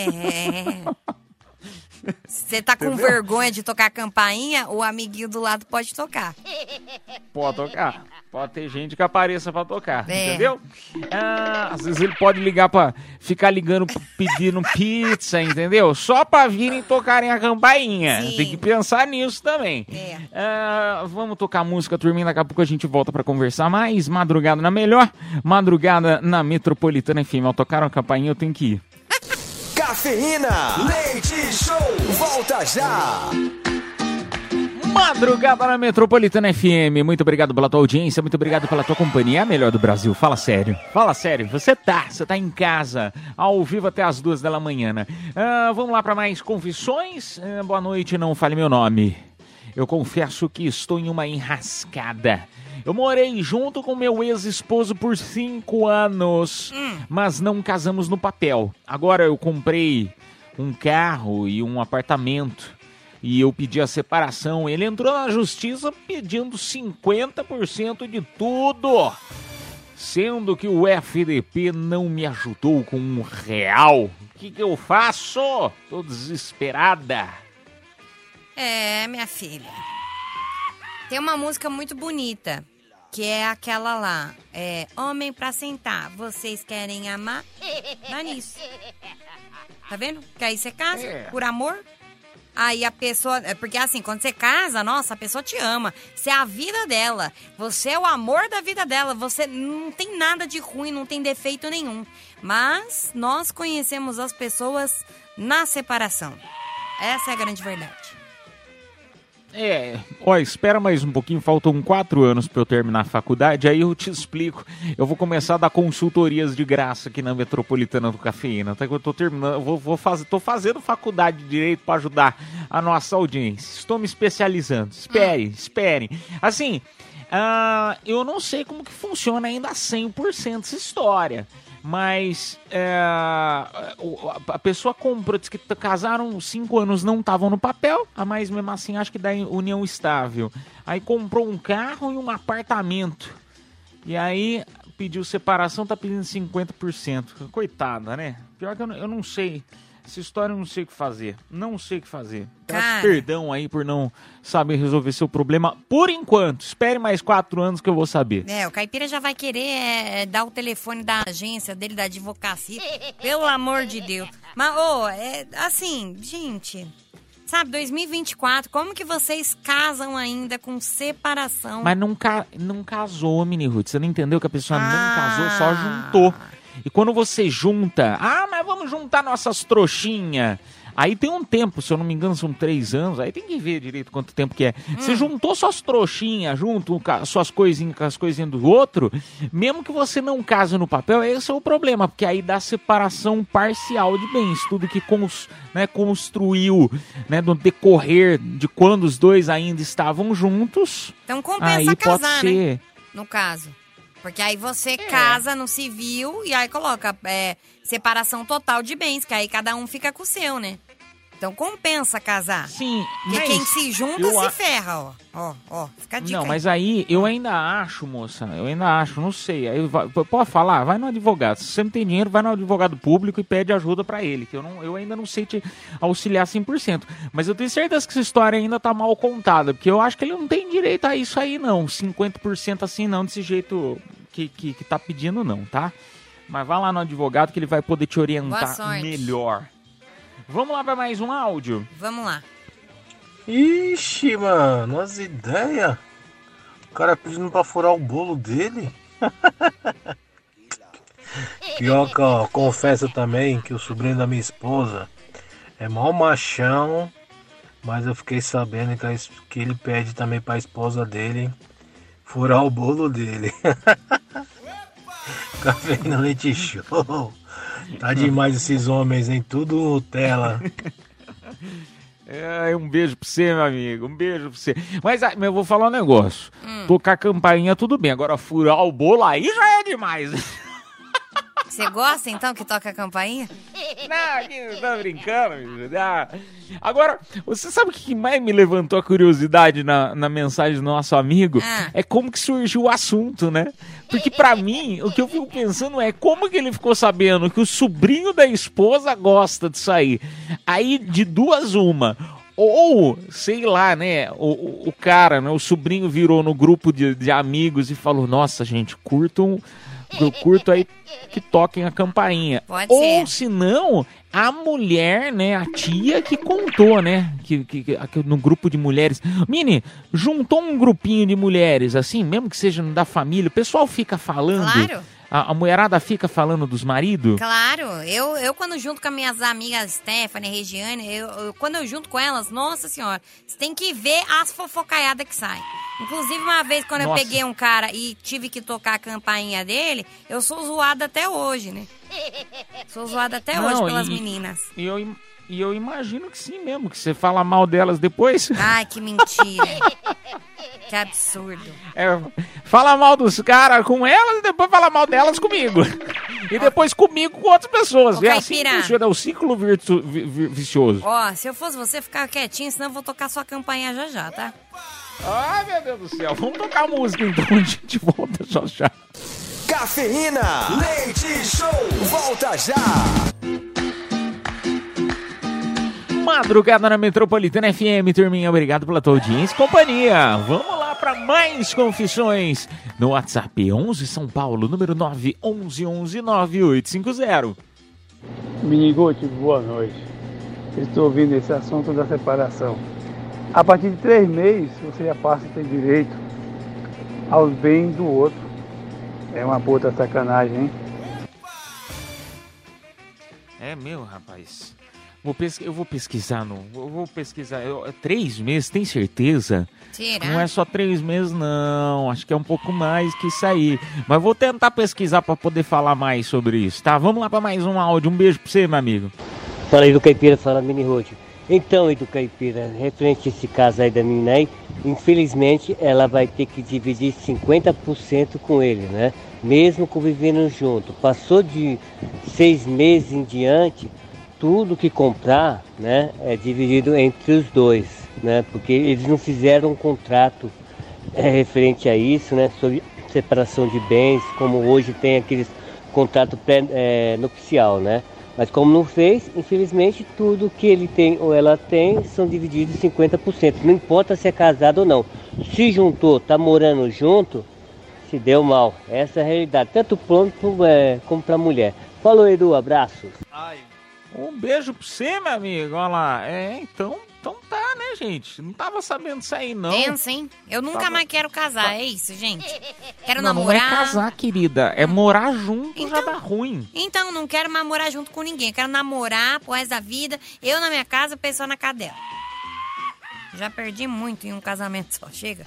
Você tá com vergonha de tocar campainha, o amiguinho do lado pode tocar. Pode tocar. Pode ter gente que apareça pra tocar, entendeu? Às vezes ele pode ligar pra ficar ligando, pedindo pizza, entendeu? Só pra virem tocarem a campainha. Sim. Tem que pensar nisso também. Vamos tocar música, turminha, daqui a pouco a gente volta pra conversar mais. Madrugada na melhor, madrugada na Metropolitana FM. Ao tocar a campainha eu tenho que ir. Cafeína, leite show, volta já! Madrugada na Metropolitana FM, muito obrigado pela tua audiência, muito obrigado pela tua companhia, a melhor do Brasil, fala sério, você tá em casa, ao vivo até as 2 da manhã, né? Vamos lá para mais confissões, boa noite, não fale meu nome, eu confesso que estou em uma enrascada. Eu morei junto com meu ex-esposo por 5 anos, mas não casamos no papel. Agora eu comprei um carro e um apartamento e eu pedi a separação. Ele entrou na justiça pedindo 50% de tudo, sendo que o FDP não me ajudou com R$1. O que eu faço? Tô desesperada. Minha filha. Tem uma música muito bonita, que é aquela lá, homem pra sentar, vocês querem amar? Dá nisso. Tá vendo? Que aí você casa por amor, aí a pessoa, porque assim, quando você casa, nossa, a pessoa te ama, você é a vida dela, você é o amor da vida dela, você não tem nada de ruim, não tem defeito nenhum, mas nós conhecemos as pessoas na separação, essa é a grande verdade. Espera mais um pouquinho, faltam 4 anos pra eu terminar a faculdade, aí eu te explico. Eu vou começar a dar consultorias de graça aqui na Metropolitana do Cafeína. Até que eu tô terminando, tô fazendo faculdade de Direito pra ajudar a nossa audiência. Estou me especializando. Esperem. Assim, eu não sei como que funciona ainda 100% essa história. Mas a pessoa comprou, disse que casaram 5 anos, não estavam no papel, mas mesmo assim acho que dá união estável. Aí comprou um carro e um apartamento. E aí pediu separação, tá pedindo 50%. Coitada, né? Pior que eu não sei Essa história eu não sei o que fazer. Não sei o que fazer. Peço Cara. perdão aí por não saber resolver seu problema por enquanto. Espere mais 4 anos que eu vou saber. O Caipira já vai querer dar o telefone da agência dele, da advocacia. Pelo amor de Deus. Mas, assim, gente... Sabe, 2024, como que vocês casam ainda com separação? Mas não casou, Mini Ruth. Você não entendeu que a pessoa não casou, só juntou. E quando você junta... mas vamos juntar nossas trouxinhas. Aí tem um tempo, se eu não me engano, são 3 anos. Aí tem que ver direito quanto tempo que é. Você juntou suas trouxinhas, junto suas coisinhas com as coisinhas do outro, mesmo que você não case no papel, esse é o problema. Porque aí dá separação parcial de bens. Tudo que construiu, né, no decorrer de quando os dois ainda estavam juntos. Então compensa aí casar, pode ser... né? No caso. Porque aí você casa no civil e aí coloca separação total de bens, que aí cada um fica com o seu, né? Então compensa casar. Sim, porque mas quem se junta se ferra, ó. Fica a dica. Não, mas aí eu ainda acho, moça, não sei. Aí pode falar, vai no advogado. Se você não tem dinheiro, vai no advogado público e pede ajuda pra ele, que eu ainda não sei te auxiliar 100%. Mas eu tenho certeza que essa história ainda tá mal contada, porque eu acho que ele não tem direito a isso aí, não. 50% assim, não, desse jeito que tá pedindo, não, tá? Mas vai lá no advogado que ele vai poder te orientar melhor. Vamos lá para mais um áudio? Vamos lá. Ixi, mano, as ideias. O cara pedindo pra furar o bolo dele. Pior que, confesso também que o sobrinho da minha esposa é mó machão, mas eu fiquei sabendo que ele pede também pra esposa dele furar o bolo dele. Cafeína Leite Show. Tá demais esses homens, hein? Tudo Nutella. Um beijo pra você, meu amigo. Um beijo pra você. Mas eu vou falar um negócio. Tocar campainha, tudo bem. Agora, furar o bolo, aí já é demais. Você gosta, então, que toca a campainha? Não, tá brincando. Agora, você sabe o que mais me levantou a curiosidade na mensagem do nosso amigo? É como que surgiu o assunto, né? Porque pra mim, o que eu fico pensando é como que ele ficou sabendo que o sobrinho da esposa gosta disso aí. Aí, de duas uma. Ou, sei lá, né, o cara, né, o sobrinho virou no grupo de amigos e falou, nossa, gente, eu curto aí que toquem a campainha. Pode Ou ser. se não, a mulher, né, a tia que contou, né, que no grupo de mulheres. Mini, juntou um grupinho de mulheres, assim, mesmo que seja da família, o pessoal fica falando. Claro. A mulherada fica falando dos maridos? Claro, eu quando junto com as minhas amigas Stephanie, Regiane, quando eu junto com elas, nossa senhora, você tem que ver as fofocaiadas que saem. Inclusive, uma vez quando eu peguei um cara e tive que tocar a campainha dele, eu sou zoada até hoje, né? Sou zoada até hoje pelas meninas. E eu imagino que sim mesmo, que você fala mal delas depois. Ai, que mentira. Que absurdo. Fala mal dos caras com elas e depois fala mal delas comigo. E depois comigo com outras pessoas. É assim que funciona, é o ciclo vicioso. Ó, se eu fosse você, ficava quietinho, senão eu vou tocar sua campainha já, tá? Ai, meu Deus do céu. Vamos tocar música então, a gente volta já. Cafeína, Leite Show, volta já. Madrugada na Metropolitana FM, turminha, obrigado pela tua audiência e companhia. Vamos lá para mais confissões no WhatsApp 11 São Paulo, número 911-9850. Miniguti, boa noite. Estou ouvindo esse assunto da separação. A partir de 3 meses, você já passa a ter direito aos bens do outro. É uma puta sacanagem, hein? É meu, rapaz. Eu vou pesquisar. 3 meses, tem certeza? Será? Não é só 3 meses, não. Acho que é um pouco mais que isso aí. Mas vou tentar pesquisar para poder falar mais sobre isso, tá? Vamos lá para mais um áudio. Um beijo para você, meu amigo. Fala aí do Caipira, fala Mini Ruth. Então, Edu Caipira, referente a esse caso aí da menina aí, infelizmente ela vai ter que dividir 50% com ele, né? Mesmo convivendo junto. Passou de 6 meses em diante, tudo que comprar, né, é dividido entre os dois, né? Porque eles não fizeram um contrato referente a isso, né? Sobre separação de bens, como hoje tem aqueles contrato nupcial, né? Mas como não fez, infelizmente, tudo que ele tem ou ela tem são divididos em 50%. Não importa se é casado ou não. Se juntou, tá morando junto, se deu mal. Essa é a realidade, tanto pronto como pra mulher. Falou, Edu, abraços. Um beijo pra você, meu amigo. Olha lá. Então tá, né, gente? Não tava sabendo disso aí, não. Pensa, hein? Eu nunca mais quero casar, é isso, gente? Quero Não namorar. é casar, querida. É morar junto, já dá ruim. Então, não quero mais morar junto com ninguém. Quero namorar pro resto da vida. Eu na minha casa, a pessoa na casa dela. Já perdi muito em um casamento só. Chega.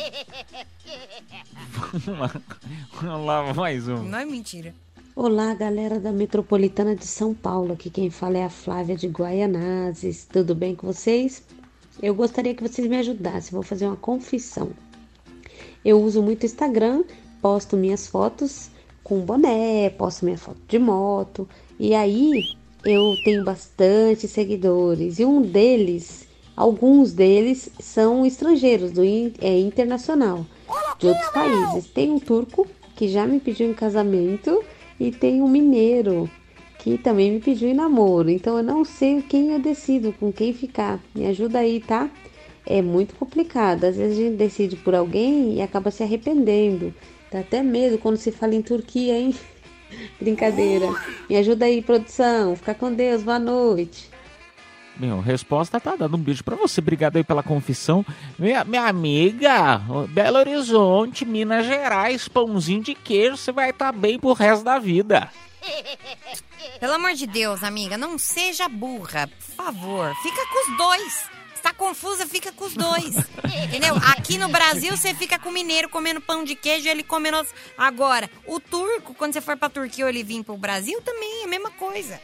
Vamos lá, mais um. Não é mentira. Olá, galera da Metropolitana de São Paulo. Aqui quem fala é a Flávia de Guaianazes. Tudo bem com vocês? Eu gostaria que vocês me ajudassem. Vou fazer uma confissão. Eu uso muito Instagram, posto minhas fotos com boné, posto minha foto de moto. E aí eu tenho bastante seguidores. E alguns deles são estrangeiros, internacional, de outros países. Tem um turco que já me pediu em casamento. E tem um mineiro que também me pediu em namoro. Então eu não sei quem eu decido, com quem ficar. Me ajuda aí, tá? É muito complicado. Às vezes a gente decide por alguém e acaba se arrependendo. Dá até medo quando se fala em Turquia, hein? Brincadeira. Me ajuda aí, produção. Fica com Deus. Boa noite. Meu, resposta tá dando. Um beijo pra você. Obrigado aí pela confissão. Minha amiga, Belo Horizonte, Minas Gerais, pãozinho de queijo, você vai estar bem pro resto da vida. Pelo amor de Deus, amiga, não seja burra, por favor. Fica com os dois. Se tá confusa, fica com os dois. Entendeu? Aqui no Brasil, você fica com o mineiro comendo pão de queijo e ele comendo... Agora, o turco, quando você for pra Turquia ou ele vir pro Brasil, também é a mesma coisa.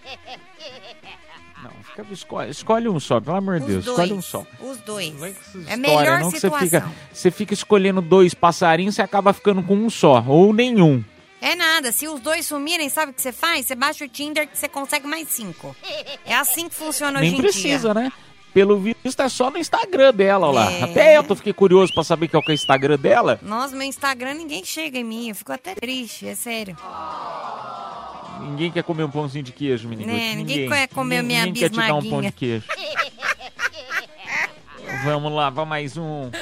Não, escolhe um só, pelo amor de Deus, escolhe um só. Os dois. É melhor não situação. Você fica escolhendo 2 passarinhos, você acaba ficando com um só, ou nenhum. É nada, se os 2 sumirem, sabe o que você faz? Você baixa o Tinder que você consegue mais 5. É assim que funciona hoje em dia. Nem precisa, né? Pelo visto é só no Instagram dela, ó lá. Até eu fiquei curioso pra saber qual que é o Instagram dela. Nossa, meu Instagram ninguém chega em mim, eu fico até triste, é sério. Ninguém quer comer um pãozinho de queijo, menino. Ninguém quer comer minha bisnaguinha. Ninguém quer te dar um pão de queijo. Vamos lá, vai mais um.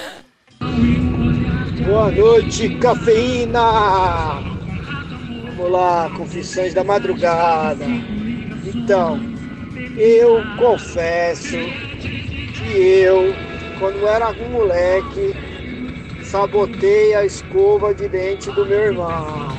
Boa noite, cafeína! Vamos lá, confissões da madrugada. Então, eu confesso que eu, quando era um moleque, sabotei a escova de dente do meu irmão.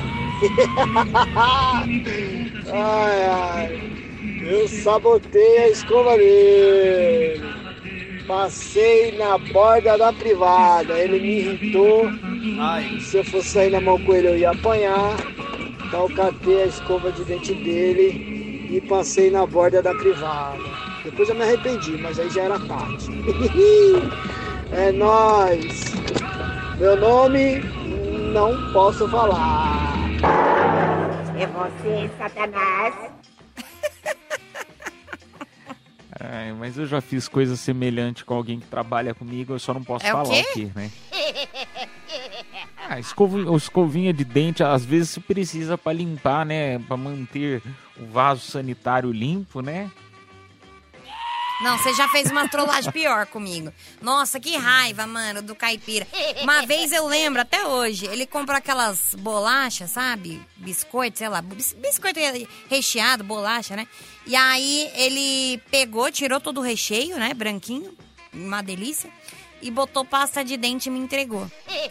Eu sabotei a escova dele. Passei na borda da privada. Ele me irritou. Se eu fosse sair na mão com ele, eu ia apanhar. Então eu catei a escova de dente dele e passei na borda da privada. Depois eu me arrependi, mas aí já era tarde. É nóis. Meu nome não posso falar. É você, Satanás. Mas eu já fiz coisa semelhante com alguém que trabalha comigo, eu só não posso falar aqui, né? Escovinha de dente, às vezes se precisa pra limpar, né? Pra manter o vaso sanitário limpo, né? Não, você já fez uma trollagem pior comigo. Nossa, que raiva, mano, do caipira. Uma vez eu lembro, até hoje, ele comprou aquelas bolachas, sabe? Biscoito, sei lá, biscoito recheado, bolacha, né? E aí ele pegou, tirou todo o recheio, né, branquinho, uma delícia, e botou pasta de dente e me entregou.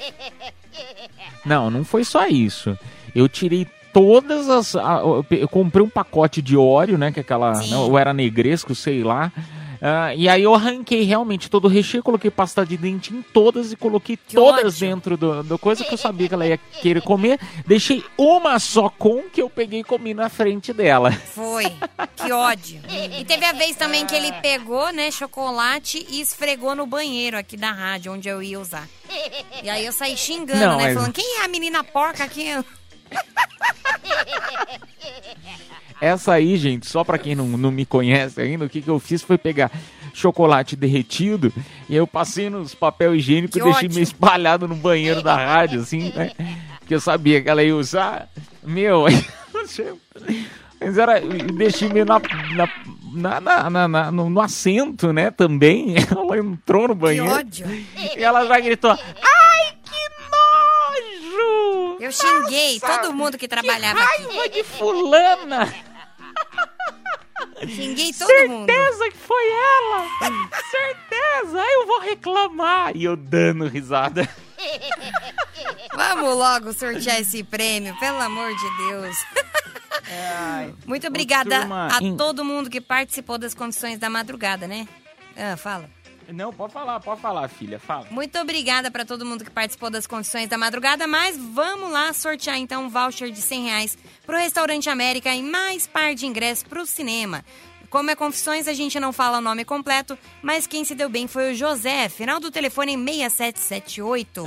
Não foi só isso. Eu tirei todas as... Eu comprei um pacote de Oreo, né, que é aquela... Ou era negresco, sei lá. E aí eu arranquei realmente todo o recheio, coloquei pasta de dente em todas e coloquei todas dentro do coisa que eu sabia que ela ia querer comer. Deixei uma só que eu peguei e comi na frente dela. Foi, que ódio. E teve a vez também que ele pegou, né, chocolate e esfregou no banheiro aqui da rádio, onde eu ia usar. E aí eu saí xingando, né, falando, quem é a menina porca aqui? Essa aí, gente, só pra quem não me conhece ainda, o que eu fiz foi pegar chocolate derretido e eu passei nos papel higiênico e deixei meio espalhado no banheiro da rádio, assim, né? Que eu sabia que ela ia usar. Meu, Mas deixei meio no assento, né, também. Ela entrou no banheiro. Que ódio. E ela já gritou, ai, que nojo! Eu xinguei todo mundo que trabalhava aqui. Raiva de fulana! Xinguei todo mundo. Certeza que foi ela! Certeza! Eu vou reclamar! E eu dando risada. Vamos logo sortear esse prêmio, pelo amor de Deus. Muito obrigada a todo mundo que participou das Confissões da Madrugada, né? Fala. Não, pode falar, filha, fala. Muito obrigada para todo mundo que participou das Confissões da Madrugada, mas vamos lá sortear então um voucher de R$100 pro Restaurante América e mais par de ingressos pro cinema. Como é Confissões, a gente não fala o nome completo, mas quem se deu bem foi o José, final do telefone em 6778.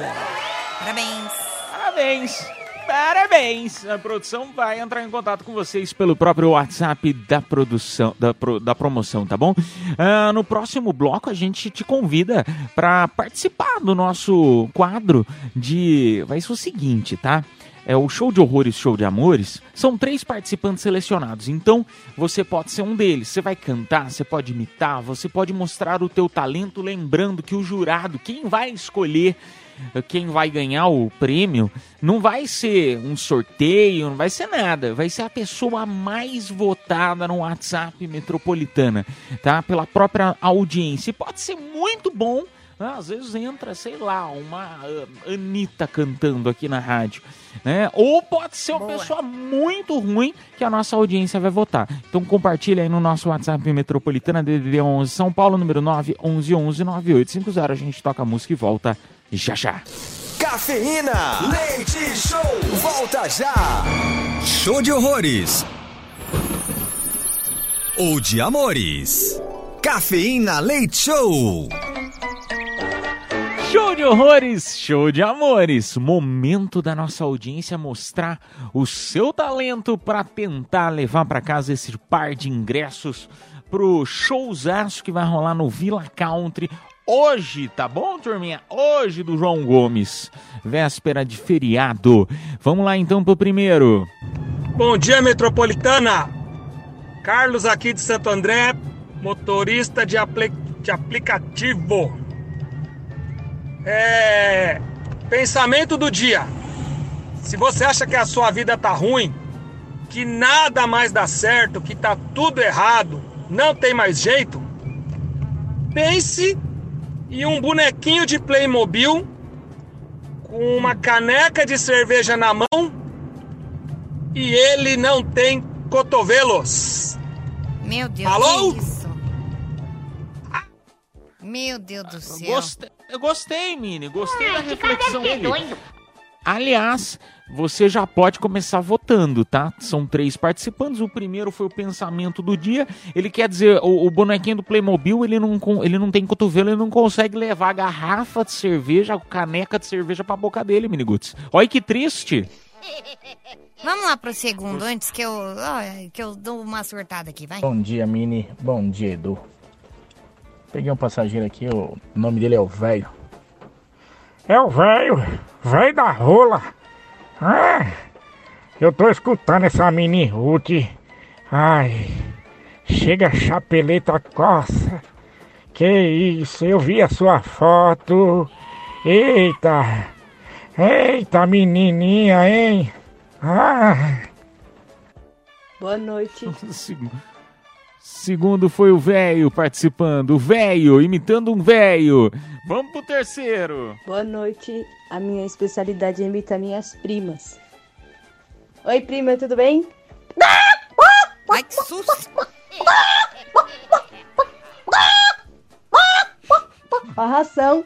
Parabéns! A produção vai entrar em contato com vocês pelo próprio WhatsApp da produção, da promoção, tá bom? No próximo bloco a gente te convida para participar do nosso quadro vai ser o seguinte, tá? É o Show de Horrores, Show de Amores. São 3 participantes selecionados, então você pode ser um deles. Você vai cantar, você pode imitar, você pode mostrar o teu talento, lembrando que o jurado, quem vai escolher quem vai ganhar o prêmio, não vai ser um sorteio, não vai ser nada, vai ser a pessoa mais votada no WhatsApp Metropolitana, tá? Pela própria audiência. E pode ser muito bom, né? Às vezes entra, sei lá, uma Anitta cantando aqui na rádio, né? Ou pode ser uma pessoa muito ruim que a nossa audiência vai votar. Então compartilha aí no nosso WhatsApp Metropolitana DDD 11 São Paulo, número 9 11 11 9850. A gente toca a música e volta já. Cafeína, leite show, volta já. Show de horrores ou de amores. Cafeína Leite Show. Show de horrores, show de amores. Momento da nossa audiência mostrar o seu talento para tentar levar para casa esse par de ingressos pro showzaço que vai rolar no Villa Country hoje, tá bom, turminha? Hoje do João Gomes, véspera de feriado. Vamos lá então pro primeiro. Bom dia, Metropolitana. Carlos aqui de Santo André, motorista de aplicativo. Pensamento do dia. Se você acha que a sua vida tá ruim, que nada mais dá certo, que tá tudo errado, não tem mais jeito, pense em um bonequinho de Playmobil com uma caneca de cerveja na mão e ele não tem cotovelos. Meu Deus, alô? que isso? Meu Deus do céu. Eu gostei, Mini. Gostei da reflexão dele. Aliás, você já pode começar votando, tá? São 3 participantes. O primeiro foi o pensamento do dia. Ele quer dizer, o bonequinho do Playmobil, ele não tem cotovelo, ele não consegue levar a garrafa de cerveja, a caneca de cerveja pra boca dele, Miniguts. Olha que triste. Vamos lá pro segundo, antes que eu dou uma surtada aqui, vai. Bom dia, Mini. Bom dia, Edu. Peguei um passageiro aqui, o nome dele é o Velho. É o Velho da rola. Eu tô escutando essa Mini Ruth. Ai, chega a chapeleta coça. Que isso, eu vi a sua foto. Eita, menininha, hein? Boa noite. Segundo foi o Velho participando. O Velho, imitando um velho. Vamos pro terceiro. Boa noite. A minha especialidade é imitar minhas primas. Oi, prima, tudo bem? Ai, que susto. A ração.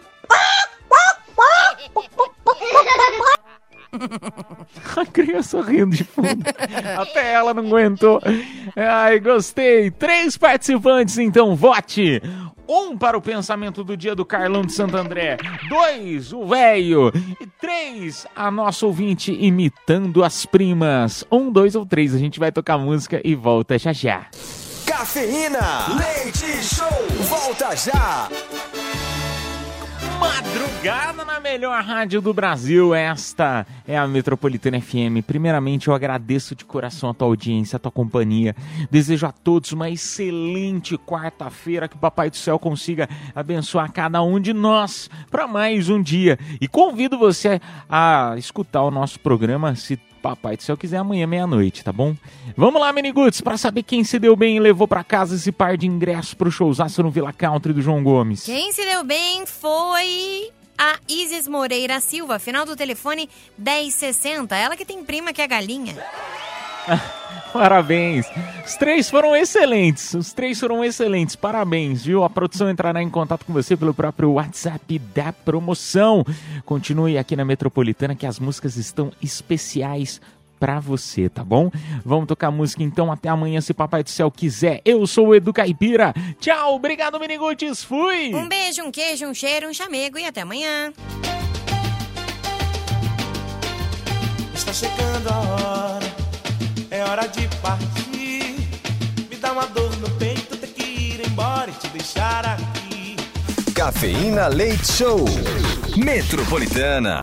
A criança rindo de fundo. Até ela não aguentou. Ai, gostei. 3 participantes, então vote. 1 para o pensamento do dia do Carlão de Santo André. 2, o Velho. E 3, a nossa ouvinte imitando as primas. 1, 2 ou 3. A gente vai tocar música e volta já. Cafeína, leite show, volta já. Madrugada na melhor rádio do Brasil, esta é a Metropolitana FM. Primeiramente, eu agradeço de coração a tua audiência, a tua companhia. Desejo a todos uma excelente quarta-feira, que o Papai do Céu consiga abençoar cada um de nós para mais um dia. E convido você a escutar o nosso programa, se Papai do Céu quiser, amanhã meia-noite, tá bom? Vamos lá, Miniguts, para saber quem se deu bem e levou para casa esse par de ingressos pro showzaço no Villa Country do João Gomes. Quem se deu bem foi a Isis Moreira Silva, final do telefone 1060. Ela que tem prima que é galinha. Parabéns. Os três foram excelentes. Parabéns, viu? A produção entrará em contato com você pelo próprio WhatsApp da promoção. Continue aqui na Metropolitana que as músicas estão especiais pra você, tá bom? Vamos tocar música então, até amanhã se Papai do Céu quiser. Eu sou o Edu Caipira. Tchau, obrigado, Miniguts. Fui! Um beijo, um queijo, um cheiro, um chamego e até amanhã. Está chegando a hora, é hora de partir. Me dá uma dor no peito, ter que ir embora e te deixar aqui. Cafeína Leite Show. Metropolitana.